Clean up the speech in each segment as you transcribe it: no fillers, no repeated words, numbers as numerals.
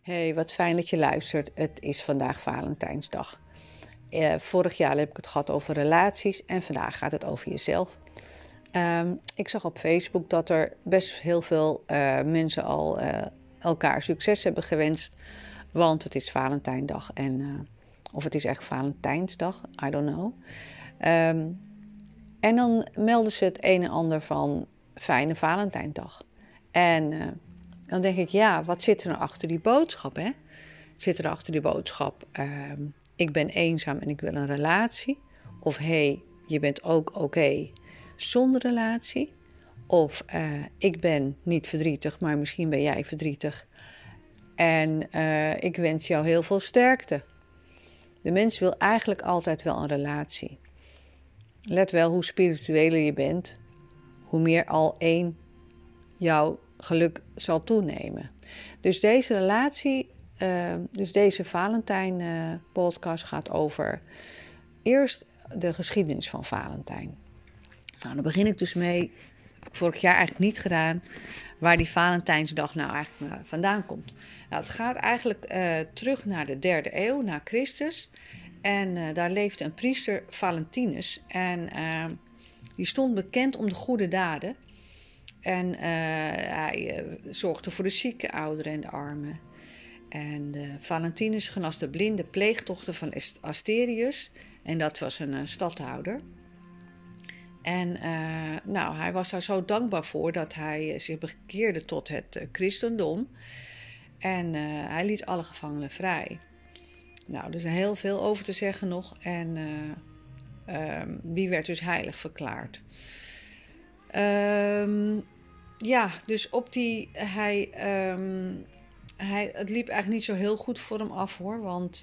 Hey, wat fijn dat je luistert. Het is vandaag Valentijnsdag. Vorig jaar heb ik het gehad over relaties en vandaag gaat het over jezelf. Ik zag op Facebook dat er best heel veel mensen al elkaar succes hebben gewenst. Want het is Valentijndag of het is echt Valentijnsdag, I don't know. En dan melden ze het een en ander van fijne Valentijndag. En dan denk ik, ja, wat zit er nou achter die boodschap, hè? Zit er achter die boodschap, ik ben eenzaam en ik wil een relatie? Of hey, je bent ook oké zonder relatie? Of ik ben niet verdrietig, maar misschien ben jij verdrietig. En ik wens jou heel veel sterkte. De mens wil eigenlijk altijd wel een relatie. Let wel hoe spiritueler je bent, hoe meer al één jouw geluk zal toenemen. Dus deze relatie, deze Valentijn-podcast gaat over eerst de geschiedenis van Valentijn. Nou, daar begin ik dus mee, vorig jaar eigenlijk niet gedaan, waar die Valentijnsdag nou eigenlijk vandaan komt. Nou, het gaat eigenlijk terug naar de 3e eeuw, na Christus. En daar leefde een priester, Valentinus. En die stond bekend om de goede daden. En hij zorgde voor de zieken, ouderen en de armen. En Valentinus genas de blinde pleegdochter van Asterius. En dat was een stadhouder. En hij was daar zo dankbaar voor dat hij zich bekeerde tot het christendom. En hij liet alle gevangenen vrij. Nou, er is heel veel over te zeggen nog. En die werd dus heilig verklaard. Dus op die... het liep eigenlijk niet zo heel goed voor hem af, hoor. Want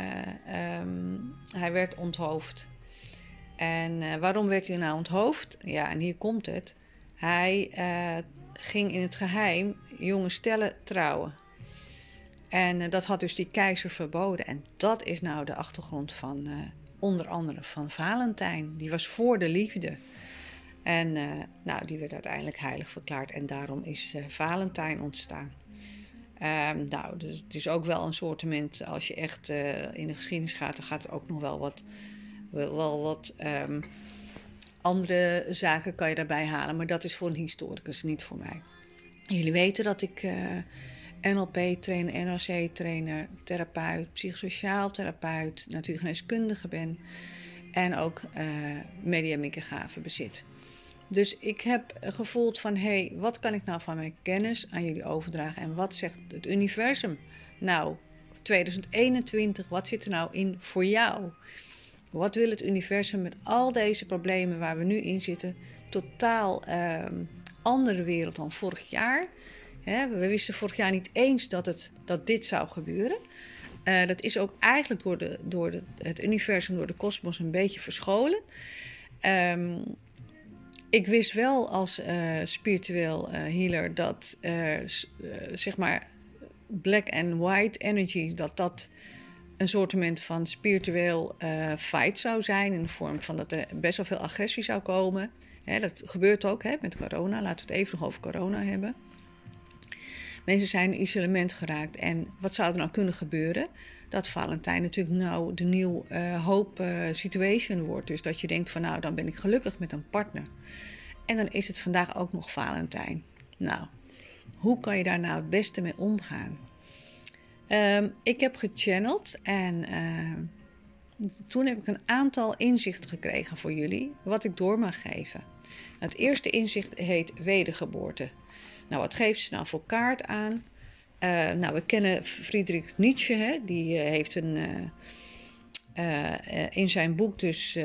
hij werd onthoofd. En waarom werd hij nou onthoofd? Ja, en hier komt het. Hij ging in het geheim jonge stellen trouwen. En dat had dus die keizer verboden. En dat is nou de achtergrond van onder andere van Valentijn. Die was voor de liefde. En die werd uiteindelijk heilig verklaard. En daarom is Valentijn ontstaan. Dus het is ook wel een soortement, als je echt in de geschiedenis gaat, dan gaat er ook nog wel wat andere zaken kan je daarbij halen. Maar dat is voor een historicus, niet voor mij. Jullie weten dat ik NLP-trainer, NLC-trainer, therapeut, psychosociaal therapeut, natuurgeneeskundige ben. En ook mediumikkergave bezit. Dus ik heb gevoeld van, hey, wat kan ik nou van mijn kennis aan jullie overdragen? En wat zegt het universum? Nou, 2021, wat zit er nou in voor jou? Wat wil het universum met al deze problemen waar we nu in zitten? Totaal andere wereld dan vorig jaar. We wisten vorig jaar niet eens dat dit zou gebeuren. Dat is ook eigenlijk door het universum, door de kosmos een beetje verscholen. Ik wist wel als spiritueel healer dat black and white energy, dat een soortement van spiritueel fight zou zijn, in de vorm van dat er best wel veel agressie zou komen. Dat gebeurt ook met corona. Laten we het even nog over corona hebben. Mensen zijn in isolement geraakt. En wat zou er nou kunnen gebeuren? Dat Valentijn natuurlijk nou de nieuw hope situation wordt. Dus dat je denkt van, nou, dan ben ik gelukkig met een partner. En dan is het vandaag ook nog Valentijn. Nou, hoe kan je daar nou het beste mee omgaan? Ik heb gechanneld en toen heb ik een aantal inzichten gekregen voor jullie, wat ik door mag geven. Het eerste inzicht heet wedergeboorte. Nou, wat geeft ze nou voor kaart aan? We kennen Friedrich Nietzsche, hè? Die heeft in zijn boek dus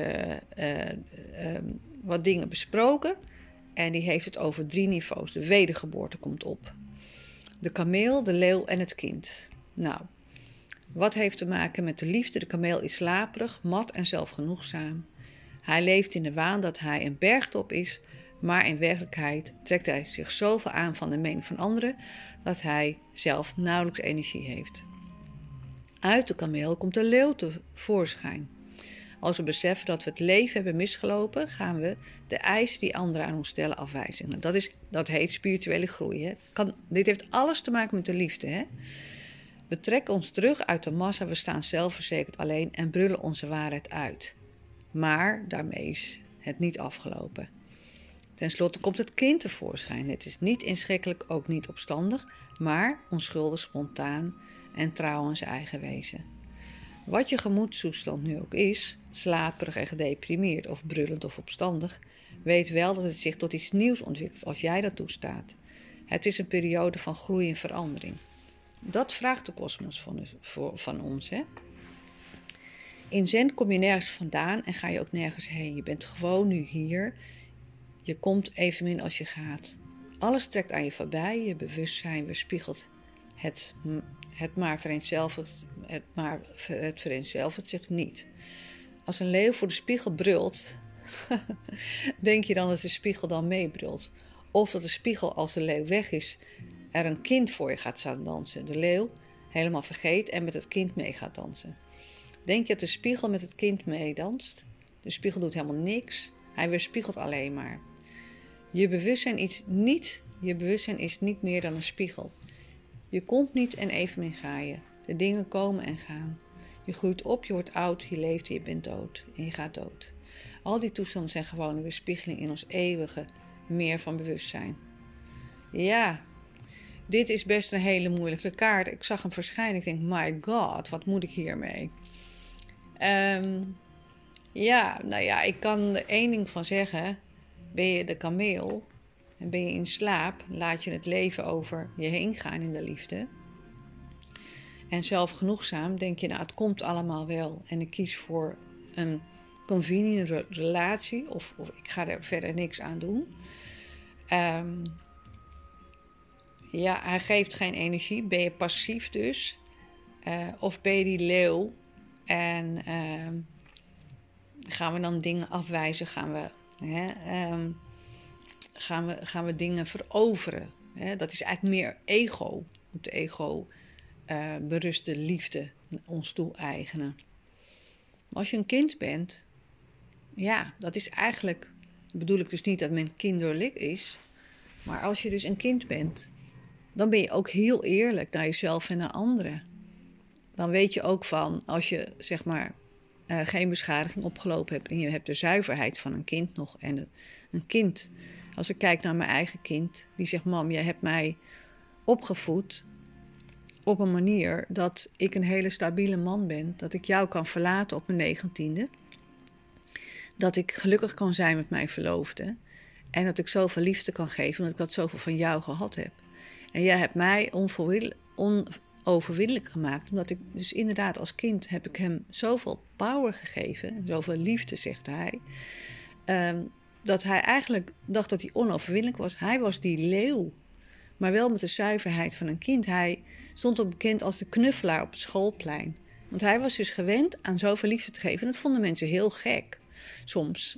wat dingen besproken. En die heeft het over 3 niveaus. De wedergeboorte komt op. De kameel, de leeuw en het kind. Nou, wat heeft te maken met de liefde? De kameel is slaperig, mat en zelfgenoegzaam. Hij leeft in de waan dat hij een bergtop is, maar in werkelijkheid trekt hij zich zoveel aan van de mening van anderen dat hij zelf nauwelijks energie heeft. Uit de kameel komt de leeuw tevoorschijn. Als we beseffen dat we het leven hebben misgelopen, gaan we de eisen die anderen aan ons stellen afwijzen. Dat heet spirituele groei. Hè? Dit heeft alles te maken met de liefde. Hè? We trekken ons terug uit de massa, we staan zelfverzekerd alleen en brullen onze waarheid uit. Maar daarmee is het niet afgelopen. Ten slotte komt het kind tevoorschijn. Het is niet inschikkelijk, ook niet opstandig, maar onschuldig, spontaan en trouw aan zijn eigen wezen. Wat je gemoedstoestand nu ook is, slaperig en gedeprimeerd of brullend of opstandig, weet wel dat het zich tot iets nieuws ontwikkelt als jij dat toestaat. Het is een periode van groei en verandering. Dat vraagt de kosmos van ons. Hè? In Zen kom je nergens vandaan en ga je ook nergens heen. Je bent gewoon nu hier. Je komt evenmin als je gaat. Alles trekt aan je voorbij. Je bewustzijn weerspiegelt het vereenzelvigt zich niet. Als een leeuw voor de spiegel brult, denk je dan dat de spiegel dan meebrult. Of dat de spiegel, als de leeuw weg is, er een kind voor je gaat staan dansen. De leeuw helemaal vergeet en met het kind mee gaat dansen. Denk je dat de spiegel met het kind meedanst? De spiegel doet helemaal niks. Hij weerspiegelt alleen maar. Je bewustzijn is niet meer dan een spiegel. Je komt niet en evenmin ga je. De dingen komen en gaan. Je groeit op, je wordt oud, je leeft en je bent dood. En je gaat dood. Al die toestanden zijn gewoon een weerspiegeling in ons eeuwige meer van bewustzijn. Ja, dit is best een hele moeilijke kaart. Ik zag hem verschijnen. Ik denk, my god, wat moet ik hiermee? Ik kan er één ding van zeggen. Ben je de kameel en ben je in slaap, laat je het leven over je heen gaan in de liefde. En zelfgenoegzaam denk je, nou, het komt allemaal wel. En ik kies voor een convenient relatie of ik ga er verder niks aan doen. Hij geeft geen energie. Ben je passief dus? Of ben je die leeuw? En gaan we dan dingen afwijzen? Gaan we dingen veroveren? Dat is eigenlijk meer ego. Op de ego berust de liefde ons toe-eigenen. Maar als je een kind bent, ja, dat is eigenlijk, bedoel ik dus niet dat men kinderlijk is, maar als je dus een kind bent, dan ben je ook heel eerlijk naar jezelf en naar anderen. Dan weet je ook van, als je zeg maar geen beschadiging opgelopen hebt en je hebt de zuiverheid van een kind nog. En een kind, als ik kijk naar mijn eigen kind, die zegt, mam, jij hebt mij opgevoed op een manier dat ik een hele stabiele man ben. Dat ik jou kan verlaten op mijn 19e. Dat ik gelukkig kan zijn met mijn verloofde. En dat ik zoveel liefde kan geven, omdat ik dat zoveel van jou gehad heb. En jij hebt mij onoverwinnelijk gemaakt. Omdat ik dus inderdaad als kind heb ik hem zoveel power gegeven. Zoveel liefde, zegt hij. Dat hij eigenlijk dacht dat hij onoverwinnelijk was. Hij was die leeuw. Maar wel met de zuiverheid van een kind. Hij stond ook bekend als de knuffelaar op het schoolplein. Want hij was dus gewend aan zoveel liefde te geven. En dat vonden mensen heel gek. Soms.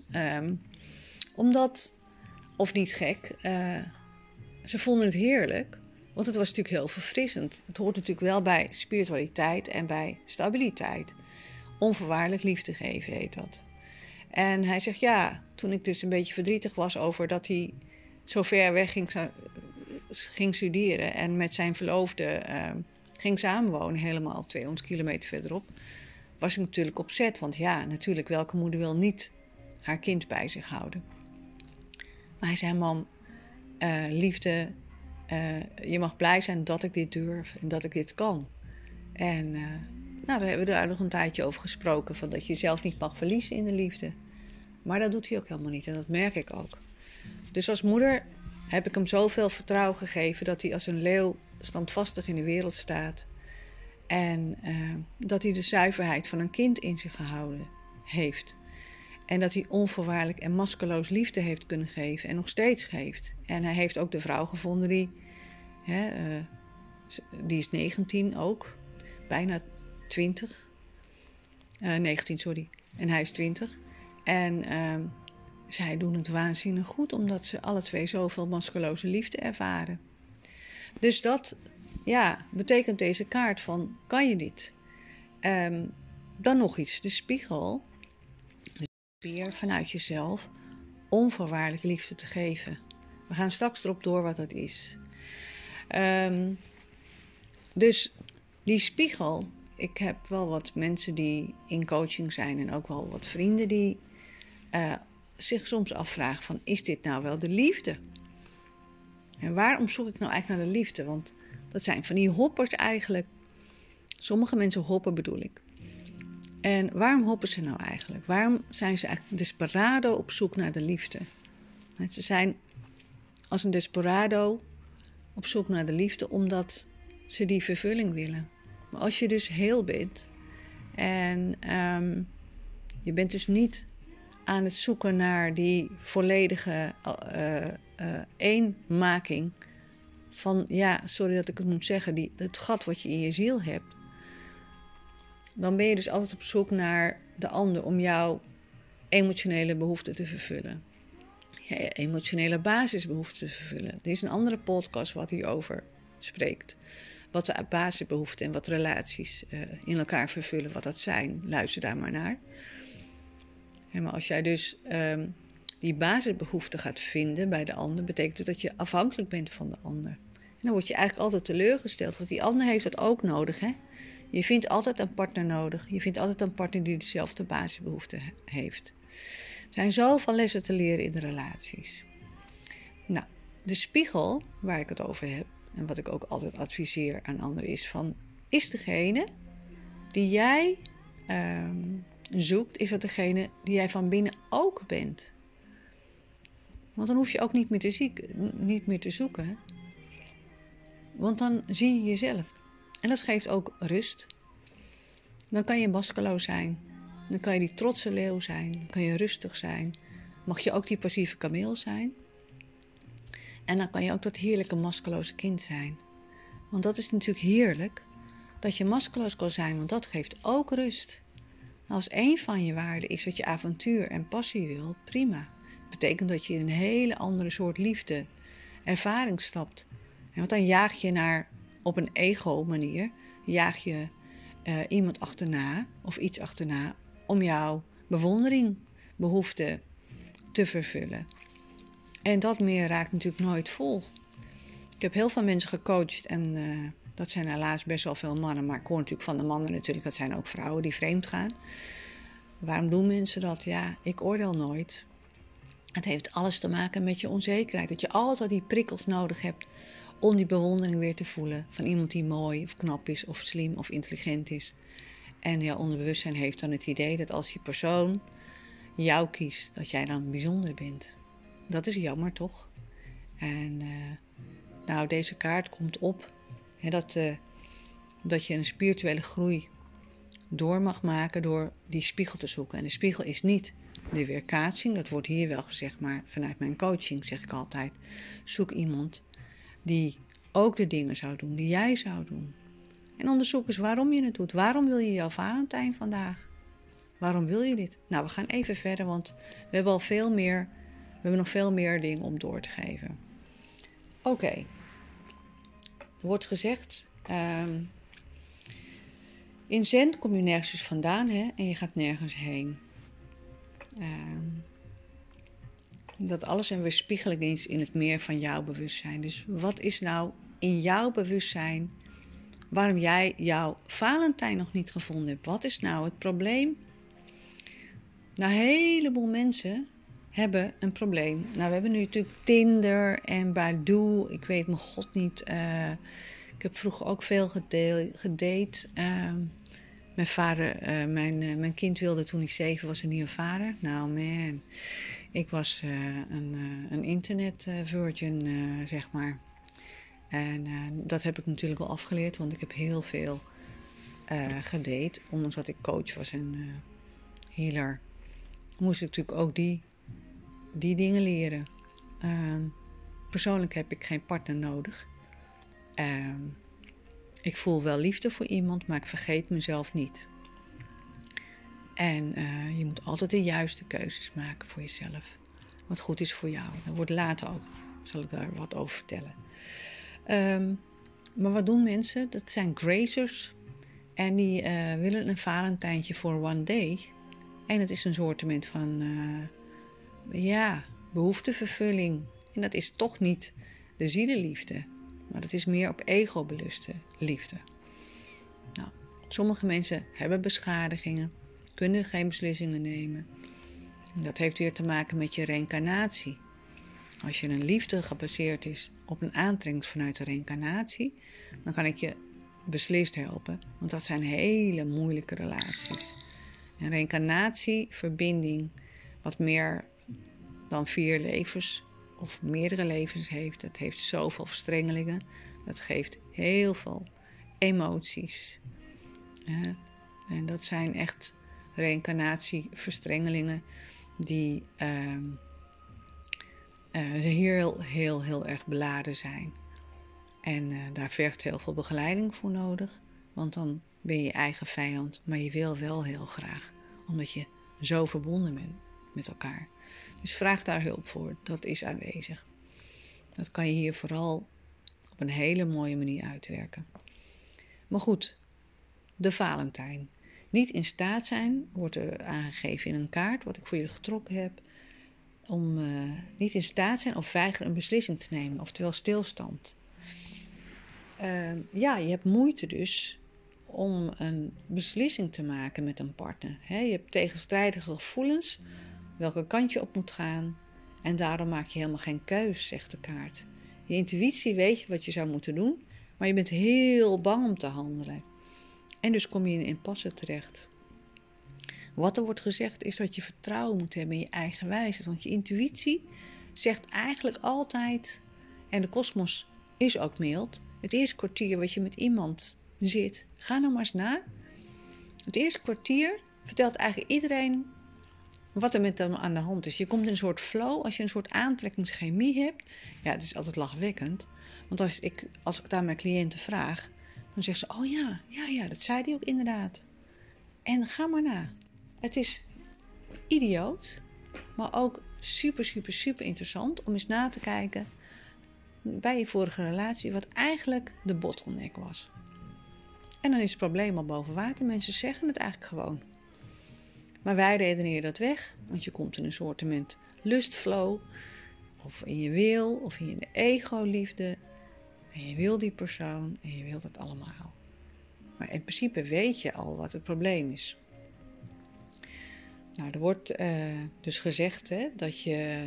Omdat, of niet gek, ze vonden het heerlijk. Want het was natuurlijk heel verfrissend. Het hoort natuurlijk wel bij spiritualiteit en bij stabiliteit. Onvoorwaardelijk liefde geven heet dat. En hij zegt, ja, toen ik dus een beetje verdrietig was over dat hij zo ver weg ging studeren en met zijn verloofde ging samenwonen, helemaal 200 kilometer verderop, was ik natuurlijk opzet. Want ja, natuurlijk, welke moeder wil niet haar kind bij zich houden? Maar hij zei, mam, liefde, je mag blij zijn dat ik dit durf en dat ik dit kan. En daar hebben we daar nog een tijdje over gesproken, van dat je jezelf niet mag verliezen in de liefde. Maar dat doet hij ook helemaal niet en dat merk ik ook. Dus als moeder heb ik hem zoveel vertrouwen gegeven dat hij als een leeuw standvastig in de wereld staat. En dat hij de zuiverheid van een kind in zich gehouden heeft. En dat hij onvoorwaardelijk en maskeloos liefde heeft kunnen geven en nog steeds geeft. En hij heeft ook de vrouw gevonden die is 19 ook, bijna 20. 19, sorry. En hij is 20. En zij doen het waanzinnig goed, omdat ze alle twee zoveel maskeloze liefde ervaren. Dus dat, ja, betekent deze kaart van, kan je niet? Dan nog iets, de spiegel. Weer vanuit jezelf onvoorwaardelijk liefde te geven. We gaan straks erop door wat dat is. Dus Die spiegel, ik heb wel wat mensen die in coaching zijn en ook wel wat vrienden die zich soms afvragen van, is dit nou wel de liefde? En waarom zoek ik nou eigenlijk naar de liefde? Want dat zijn van die hoppers eigenlijk. Sommige mensen hoppen bedoel ik. En waarom hoppen ze nou eigenlijk? Waarom zijn ze eigenlijk desperado op zoek naar de liefde? Ze zijn als een desperado op zoek naar de liefde omdat ze die vervulling willen. Maar als je dus heel bent en je bent dus niet aan het zoeken naar die volledige eenmaking van, ja, sorry dat ik het moet zeggen, het gat wat je in je ziel hebt, dan ben je dus altijd op zoek naar de ander om jouw emotionele behoeften te vervullen. Je emotionele basisbehoeften te vervullen. Er is een andere podcast wat hierover spreekt. Wat de basisbehoeften en wat relaties in elkaar vervullen, wat dat zijn. Luister daar maar naar. Ja, maar als jij dus die basisbehoeften gaat vinden bij de ander, betekent het dat je afhankelijk bent van de ander. En dan word je eigenlijk altijd teleurgesteld, want die ander heeft dat ook nodig, hè? Je vindt altijd een partner nodig. Je vindt altijd een partner die dezelfde basisbehoeften heeft. Er zijn zoveel lessen te leren in de relaties. Nou, de spiegel waar ik het over heb, en wat ik ook altijd adviseer aan anderen, is degene die jij zoekt, is dat degene die jij van binnen ook bent. Want dan hoef je ook niet meer te zoeken. Want dan zie je jezelf. En dat geeft ook rust. Dan kan je maskeloos zijn. Dan kan je die trotse leeuw zijn. Dan kan je rustig zijn. Mag je ook die passieve kameel zijn. En dan kan je ook dat heerlijke maskeloze kind zijn. Want dat is natuurlijk heerlijk. Dat je maskeloos kan zijn. Want dat geeft ook rust. Als één van je waarden is dat je avontuur en passie wil, prima. Dat betekent dat je in een hele andere soort liefde, ervaring stapt. En want dan jaag je op een ego-manier, jaag je iemand achterna of iets achterna om jouw bewondering, behoefte te vervullen. En dat meer raakt natuurlijk nooit vol. Ik heb heel veel mensen gecoacht en dat zijn helaas best wel veel mannen. Maar ik hoor natuurlijk van de mannen natuurlijk, dat zijn ook vrouwen die vreemd gaan. Waarom doen mensen dat? Ja, ik oordeel nooit. Het heeft alles te maken met je onzekerheid. Dat je altijd die prikkels nodig hebt om die bewondering weer te voelen van iemand die mooi of knap is of slim of intelligent is. En jouw onderbewustzijn heeft dan het idee dat als die persoon jou kiest, dat jij dan bijzonder bent. Dat is jammer, toch? En deze kaart komt op dat je een spirituele groei door mag maken door die spiegel te zoeken. En de spiegel is niet de weerkaatsing, dat wordt hier wel gezegd, maar vanuit mijn coaching zeg ik altijd, zoek iemand die ook de dingen zou doen die jij zou doen. En onderzoek eens waarom je het doet. Waarom wil je jouw Valentijn vandaag? Waarom wil je dit? Nou, we gaan even verder, want we hebben nog veel meer dingen om door te geven. Oké. Er wordt gezegd, in Zen kom je nergens dus vandaan, hè, en je gaat nergens heen. Dat alles een weerspiegeling is in het meer van jouw bewustzijn. Dus wat is nou in jouw bewustzijn waarom jij jouw Valentijn nog niet gevonden hebt? Wat is nou het probleem? Nou, een heleboel mensen hebben een probleem. Nou, we hebben nu natuurlijk Tinder en Badoo. Ik weet mijn god niet. Ik heb vroeger ook veel gedate. Mijn vader, mijn kind wilde toen ik 7 was een nieuwe vader. Nou man, ik was een internet virgin, zeg maar. En dat heb ik natuurlijk al afgeleerd, want ik heb heel veel gedate. Ondanks dat ik coach was en healer, moest ik natuurlijk ook die dingen leren. Persoonlijk heb ik geen partner nodig. Ik voel wel liefde voor iemand, maar ik vergeet mezelf niet. En je moet altijd de juiste keuzes maken voor jezelf. Wat goed is voor jou. Dat wordt later ook, zal ik daar wat over vertellen. Maar wat doen mensen? Dat zijn grazers. En die willen een Valentijntje voor one day. En het is een soortement van behoeftevervulling. En dat is toch niet de zielenliefde. Maar dat is meer op ego-beluste liefde. Sommige mensen hebben beschadigingen, kunnen geen beslissingen nemen. Dat heeft weer te maken met je reïncarnatie. Als je een liefde gebaseerd is op een aantrekking vanuit de reïncarnatie, dan kan ik je beslist helpen. Want dat zijn hele moeilijke relaties. Een reïncarnatie, verbinding, wat meer dan 4 levens of meerdere levens heeft. Dat heeft zoveel verstrengelingen. Dat geeft heel veel emoties. En dat zijn echt reïncarnatieverstrengelingen die heel erg beladen zijn. En daar vergt heel veel begeleiding voor nodig. Want dan ben je je eigen vijand, maar je wil wel heel graag. Omdat je zo verbonden bent met elkaar. Dus vraag daar hulp voor, dat is aanwezig. Dat kan je hier vooral op een hele mooie manier uitwerken. Maar goed, de Valentijn. Niet in staat zijn, wordt er aangegeven in een kaart, wat ik voor jullie getrokken heb. Om niet in staat zijn of weigeren een beslissing te nemen, oftewel stilstand. Je hebt moeite dus om een beslissing te maken met een partner. Je hebt tegenstrijdige gevoelens, welke kant je op moet gaan. En daarom maak je helemaal geen keus, zegt de kaart. Je intuïtie weet je wat je zou moeten doen, maar je bent heel bang om te handelen. En dus kom je in een impasse terecht. Wat er wordt gezegd is dat je vertrouwen moet hebben in je eigen wijsheid. Want je intuïtie zegt eigenlijk altijd, en de kosmos is ook mild, het eerste kwartier wat je met iemand zit, ga nou maar eens na. Het eerste kwartier vertelt eigenlijk iedereen wat er met hem aan de hand is. Je komt in een soort flow, als je een soort aantrekkingschemie hebt. Ja, het is altijd lachwekkend. Want als ik daar mijn cliënten vraag, dan zeggen ze, oh ja, dat zei hij ook inderdaad. En ga maar na. Het is idioot, maar ook super interessant om eens na te kijken bij je vorige relatie wat eigenlijk de bottleneck was. En dan is het probleem al boven water. Mensen zeggen het eigenlijk gewoon. Maar wij redeneren dat weg, want je komt in een soortement lustflow, of in je wil, of in je ego-liefde. En je wil die persoon en je wilt het allemaal. Maar in principe weet je al wat het probleem is. Nou, er wordt dus gezegd dat je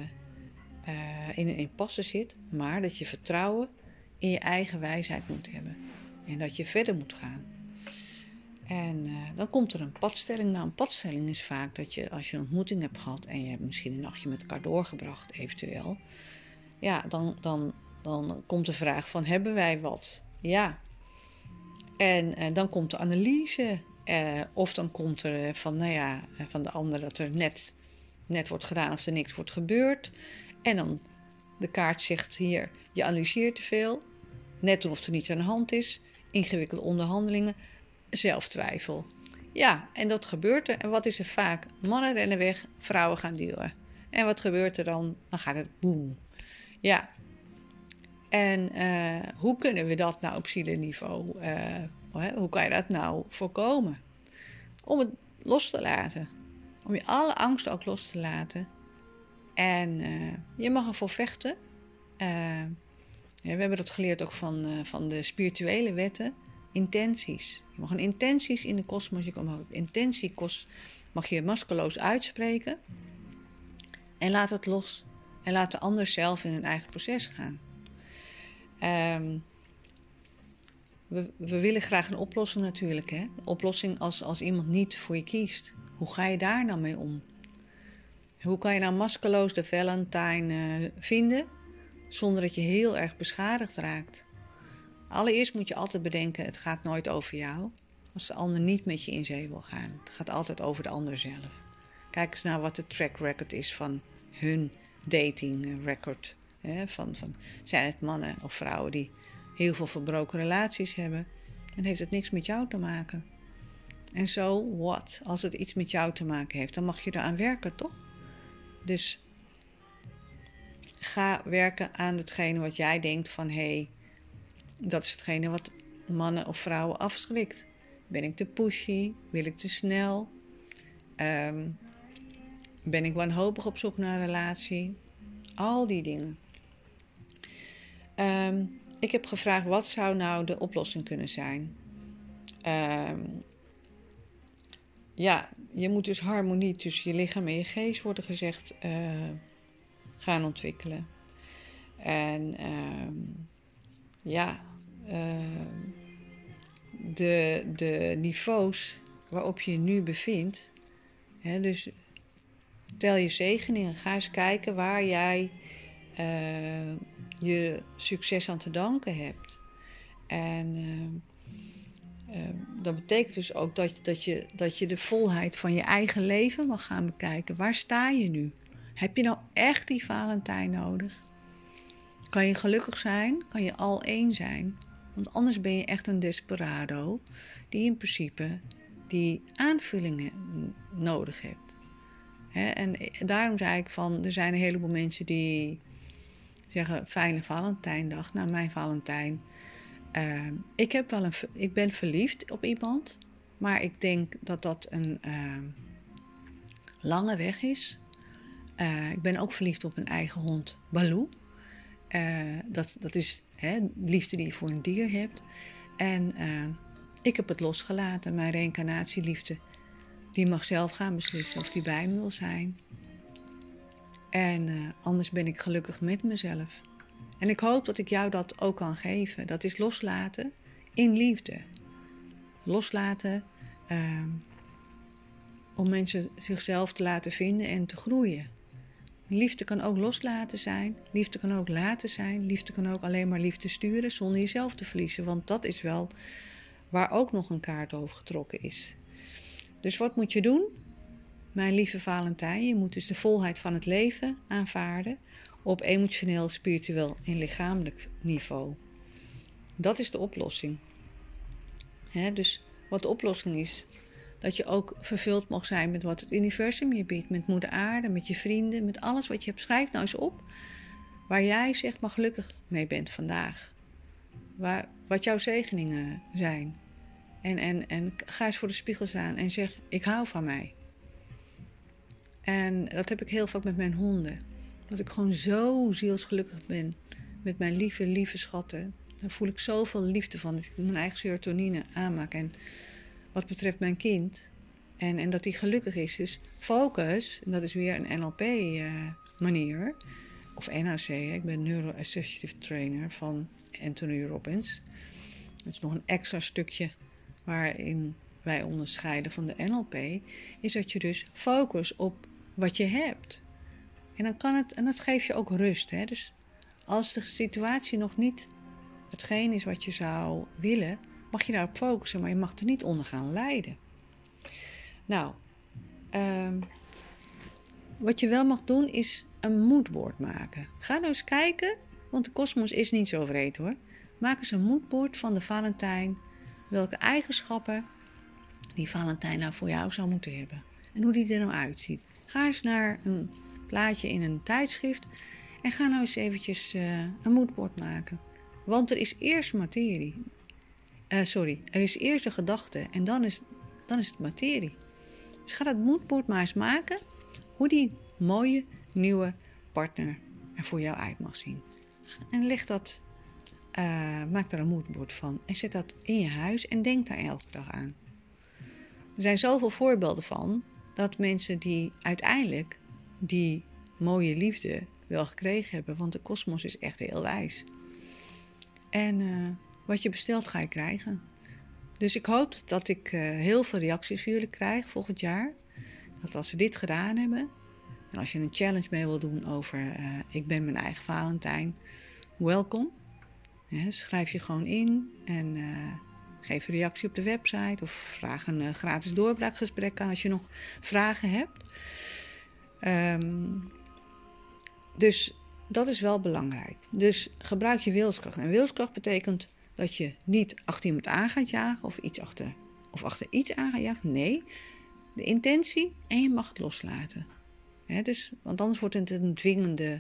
in een impasse zit, maar dat je vertrouwen in je eigen wijsheid moet hebben. En dat je verder moet gaan. En dan komt er een padstelling. Nou, een padstelling is vaak dat je, als je een ontmoeting hebt gehad en je hebt misschien een nachtje met elkaar doorgebracht, eventueel. Ja, dan komt de vraag van, hebben wij wat? Ja. En dan komt de analyse. Of dan komt er van de ander dat er net wordt gedaan of er niks wordt gebeurd. En dan de kaart zegt hier, je analyseert te veel. Net doen of er niets aan de hand is. Ingewikkelde onderhandelingen. Zelftwijfel. Ja, en dat gebeurt er. En wat is er vaak? Mannen rennen weg, vrouwen gaan duwen. En wat gebeurt er dan? Dan gaat het boem. Ja. En hoe kunnen we dat nou op zielenniveau? Hoe kan je dat nou voorkomen? Om het los te laten. Om je alle angsten ook los te laten. En je mag ervoor vechten. We hebben dat geleerd ook van de spirituele wetten. Intenties. Je mag een intenties in de kosmos. Je mag intentie mag je maskeloos uitspreken. En laat het los. En laat de ander zelf in hun eigen proces gaan. We willen graag een oplossing natuurlijk. Hè? Een oplossing als iemand niet voor je kiest. Hoe ga je daar nou mee om? Hoe kan je nou maskeloos de Valentine vinden zonder dat je heel erg beschadigd raakt? Allereerst moet je altijd bedenken, het gaat nooit over jou. Als de ander niet met je in zee wil gaan. Het gaat altijd over de ander zelf. Kijk eens naar wat de track record is van hun dating record. Zijn het mannen of vrouwen die heel veel verbroken relaties hebben, dan heeft het niks met jou te maken. En so what? Als het iets met jou te maken heeft, dan mag je eraan werken, toch? Dus ga werken aan hetgene wat jij denkt van, dat is hetgene wat mannen of vrouwen afschrikt. Ben ik te pushy? Wil ik te snel? Ben ik wanhopig op zoek naar een relatie? Al die dingen. Ik heb gevraagd, wat zou nou de oplossing kunnen zijn? ehm, ja, je moet dus harmonie tussen je lichaam en je geest, wordt er gezegd, gaan ontwikkelen. En ja, de niveaus waarop je je nu bevindt. Hè, dus tel je zegeningen. Ga eens kijken waar jij je succes aan te danken hebt. En dat betekent dus ook dat je de volheid van je eigen leven mag gaan bekijken. Waar sta je nu? Heb je nou echt die Valentijn nodig? Kan je gelukkig zijn? Kan je al één zijn? Want anders ben je echt een desperado die in principe die aanvullingen nodig hebt. En daarom zei ik van, er zijn een heleboel mensen die zeggen, fijne Valentijndag. Nou, mijn Valentijn. Ik ben verliefd op iemand, maar ik denk dat dat een lange weg is. Ik ben ook verliefd op mijn eigen hond, Baloo. Dat is liefde die je voor een dier hebt. En ik heb het losgelaten. Mijn reïncarnatieliefde, die mag zelf gaan beslissen of die bij me wil zijn. En anders ben ik gelukkig met mezelf. En ik hoop dat ik jou dat ook kan geven. Dat is loslaten in liefde. Loslaten om mensen zichzelf te laten vinden en te groeien. Liefde kan ook loslaten zijn. Liefde kan ook laten zijn. Liefde kan ook alleen maar liefde sturen zonder jezelf te verliezen. Want dat is wel waar ook nog een kaart over getrokken is. Dus wat moet je doen? Mijn lieve Valentijn, je moet dus de volheid van het leven aanvaarden op emotioneel, spiritueel en lichamelijk niveau. Dat is de oplossing. Dus wat de oplossing is, dat je ook vervuld mag zijn met wat het universum je biedt, met moeder aarde, met je vrienden, met alles wat je hebt. Schrijf nou eens op waar jij zeg maar gelukkig mee bent vandaag. Wat jouw zegeningen zijn. En ga eens voor de spiegel staan en zeg, ik hou van mij. En dat heb ik heel vaak met mijn honden. Dat ik gewoon zo zielsgelukkig ben met mijn lieve schatten. Daar voel ik zoveel liefde van. Dat ik mijn eigen serotonine aanmaak. En wat betreft mijn kind. En dat hij gelukkig is. Dus focus, en dat is weer een NLP-manier. Of NAC, ik ben Neuro-Associative Trainer van Anthony Robbins. Dat is nog een extra stukje waarin wij onderscheiden van de NLP. Is dat je dus focus op wat je hebt. En dan kan het, en dat geeft je ook rust. Dus als de situatie nog niet hetgeen is wat je zou willen, mag je daarop focussen, maar je mag er niet onder gaan lijden. Nou, wat je wel mag doen is een moodboard maken. Ga nou eens kijken, want de kosmos is niet zo wreed hoor. Maak eens een moodboard van de Valentijn. Welke eigenschappen die Valentijn nou voor jou zou moeten hebben. En hoe die er nou uitziet. Ga eens naar een plaatje in een tijdschrift en ga nou eens eventjes een moodboard maken. Want er is eerst materie. Er is eerst de gedachte en dan is het materie. Dus ga dat moodboard maar eens maken hoe die mooie nieuwe partner er voor jou uit mag zien. En maak daar een moodboard van en zet dat in je huis en denk daar elke dag aan. Er zijn zoveel voorbeelden van dat mensen die uiteindelijk die mooie liefde wel gekregen hebben, want de kosmos is echt heel wijs. En wat je bestelt ga je krijgen. Dus ik hoop dat ik heel veel reacties van jullie krijg volgend jaar. Dat als ze dit gedaan hebben, en als je een challenge mee wil doen over ik ben mijn eigen Valentijn, welkom. Schrijf je gewoon in en geef een reactie op de website of vraag een gratis doorbraakgesprek aan als je nog vragen hebt. Dus dat is wel belangrijk. Dus gebruik je wilskracht. En wilskracht betekent dat je niet achter iemand aan gaat jagen of achter iets aan gaat jagen. Nee, de intentie en je mag het loslaten. Want anders wordt het een dwingende,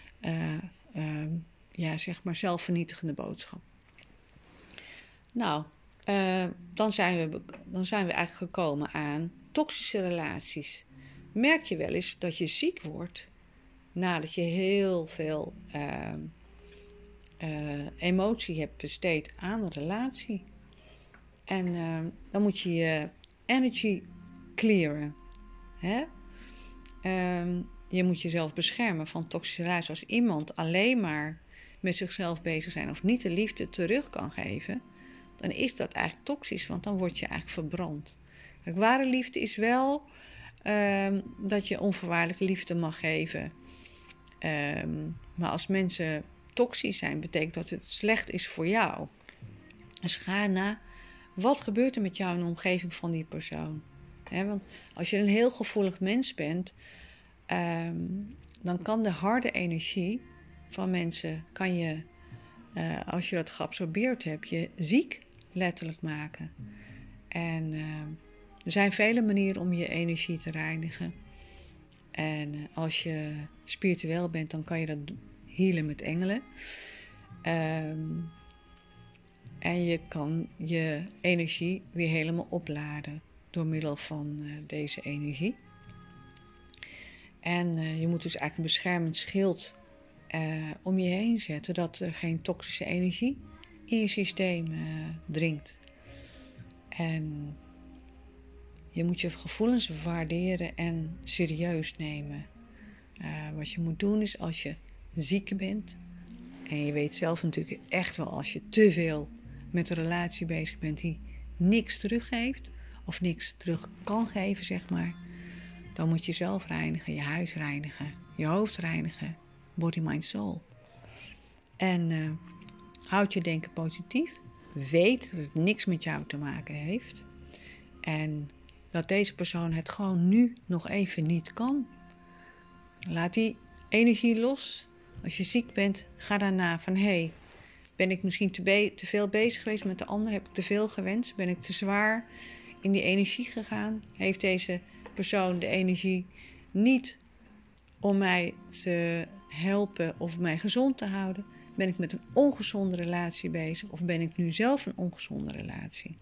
zeg maar zelfvernietigende boodschap. Nou, dan zijn we eigenlijk gekomen aan toxische relaties. Merk je wel eens dat je ziek wordt nadat je heel veel emotie hebt besteed aan een relatie. En dan moet je je energy clearen. Hè? Je moet jezelf beschermen van toxische relaties. Als iemand alleen maar met zichzelf bezig zijn of niet de liefde terug kan geven, dan is dat eigenlijk toxisch, want dan word je eigenlijk verbrand. Kijk, ware liefde is wel dat je onvoorwaardelijke liefde mag geven. Maar als mensen toxisch zijn, betekent dat het slecht is voor jou. Dus ga na, wat gebeurt er met jou in de omgeving van die persoon? Want als je een heel gevoelig mens bent, dan kan de harde energie van mensen, kan je, als je dat geabsorbeerd hebt, je ziek letterlijk maken. En er zijn vele manieren om je energie te reinigen. En als je spiritueel bent, dan kan je dat healen met engelen. En je kan je energie weer helemaal opladen door middel van deze energie. En je moet dus eigenlijk een beschermend schild om je heen zetten, dat er geen toxische energie in je systeem dringt. En je moet je gevoelens waarderen en serieus nemen. Wat je moet doen is, als je ziek bent, en je weet zelf natuurlijk echt wel, als je te veel met een relatie bezig bent die niks teruggeeft, of niks terug kan geven, zeg maar, dan moet je zelf reinigen, je huis reinigen, je hoofd reinigen, body, mind, soul. En houd je denken positief. Weet dat het niks met jou te maken heeft. En dat deze persoon het gewoon nu nog even niet kan. Laat die energie los. Als je ziek bent, ga daarna van, ben ik misschien te veel bezig geweest met de ander? Heb ik te veel gewenst? Ben ik te zwaar in die energie gegaan? Heeft deze persoon de energie niet om mij te helpen of mij gezond te houden? Ben ik met een ongezonde relatie bezig of ben ik nu zelf een ongezonde relatie?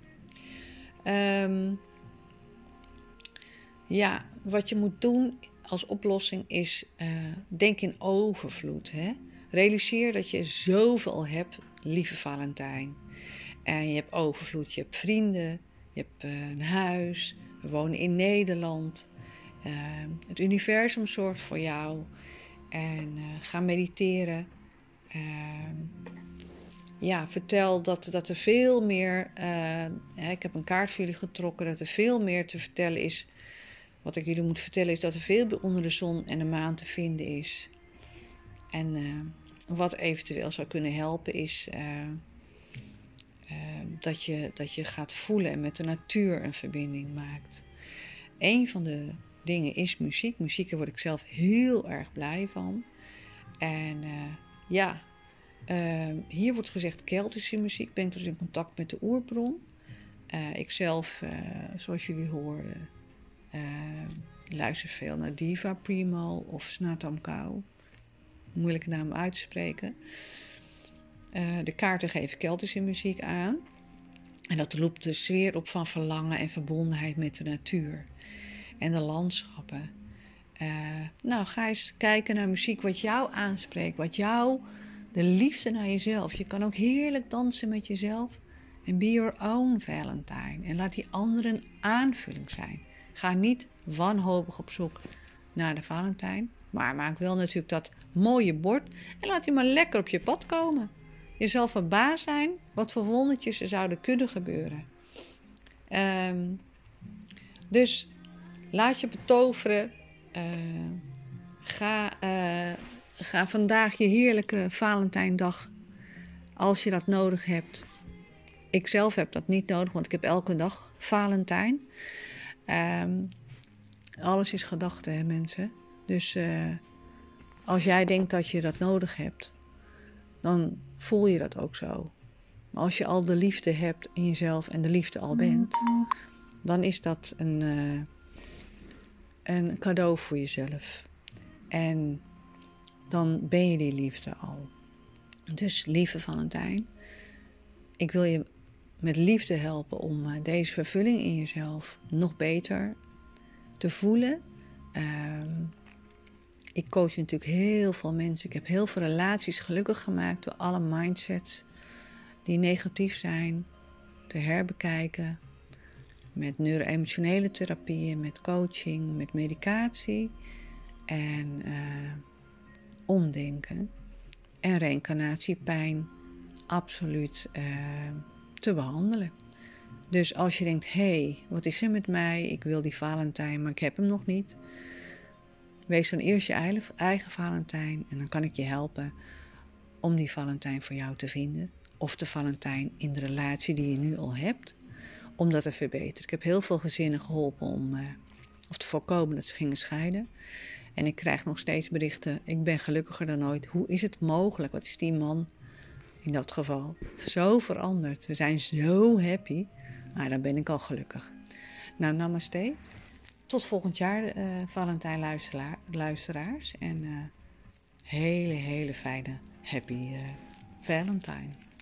Wat je moet doen als oplossing is denk in overvloed. Hè? Realiseer dat je zoveel hebt, lieve Valentijn. En je hebt overvloed, je hebt vrienden, je hebt een huis, we wonen in Nederland. Het universum zorgt voor jou. En ga mediteren. Vertel dat er veel meer, ik heb een kaart voor jullie getrokken, dat er veel meer te vertellen is. Wat ik jullie moet vertellen is dat er veel onder de zon en de maan te vinden is. En wat eventueel zou kunnen helpen is dat je gaat voelen en met de natuur een verbinding maakt. Een van de dingen is muziek. Muziek, daar word ik zelf heel erg blij van. En hier wordt gezegd Keltische muziek. Ben ik dus in contact met de oerbron. Ik zelf, zoals jullie horen, luister veel naar Diva Primal of Snatam Kau. Moeilijke naam uit te spreken. De kaarten geven Keltische muziek aan. En dat roept de sfeer op van verlangen en verbondenheid met de natuur. En de landschappen. Ga eens kijken naar muziek wat jou aanspreekt. Wat jou, de liefde naar jezelf. Je kan ook heerlijk dansen met jezelf. En be your own Valentine. En laat die anderen een aanvulling zijn. Ga niet wanhopig op zoek naar de Valentijn. Maar maak wel natuurlijk dat mooie bord. En laat die maar lekker op je pad komen. Je zal verbaasd zijn wat voor wondertjes er zouden kunnen gebeuren. Dus laat je betoveren. Ga vandaag je heerlijke Valentijndag, als je dat nodig hebt. Ik zelf heb dat niet nodig, want ik heb elke dag Valentijn. Alles is gedachte, hè, mensen. Dus als jij denkt dat je dat nodig hebt, dan voel je dat ook zo. Maar als je al de liefde hebt in jezelf en de liefde al bent, dan is dat een cadeau voor jezelf. En dan ben je die liefde al. Dus lieve Valentijn, ik wil je met liefde helpen om deze vervulling in jezelf nog beter te voelen. Ik coach natuurlijk heel veel mensen. Ik heb heel veel relaties gelukkig gemaakt door alle mindsets die negatief zijn. te herbekijken. Met neuro-emotionele therapieën, met coaching, met medicatie. En omdenken. En reïncarnatiepijn absoluut te behandelen. Dus als je denkt, hé, wat is er met mij? Ik wil die Valentijn, maar ik heb hem nog niet. Wees dan eerst je eigen Valentijn en dan kan ik je helpen om die Valentijn voor jou te vinden. Of de Valentijn in de relatie die je nu al hebt, om dat te verbeteren. Ik heb heel veel gezinnen geholpen om te voorkomen dat ze gingen scheiden. En ik krijg nog steeds berichten, ik ben gelukkiger dan ooit. Hoe is het mogelijk? Wat is die man in dat geval zo veranderd? We zijn zo happy. Nou, dan ben ik al gelukkig. Nou, namaste. Tot volgend jaar, Valentijn luisteraars. En hele fijne, happy Valentine.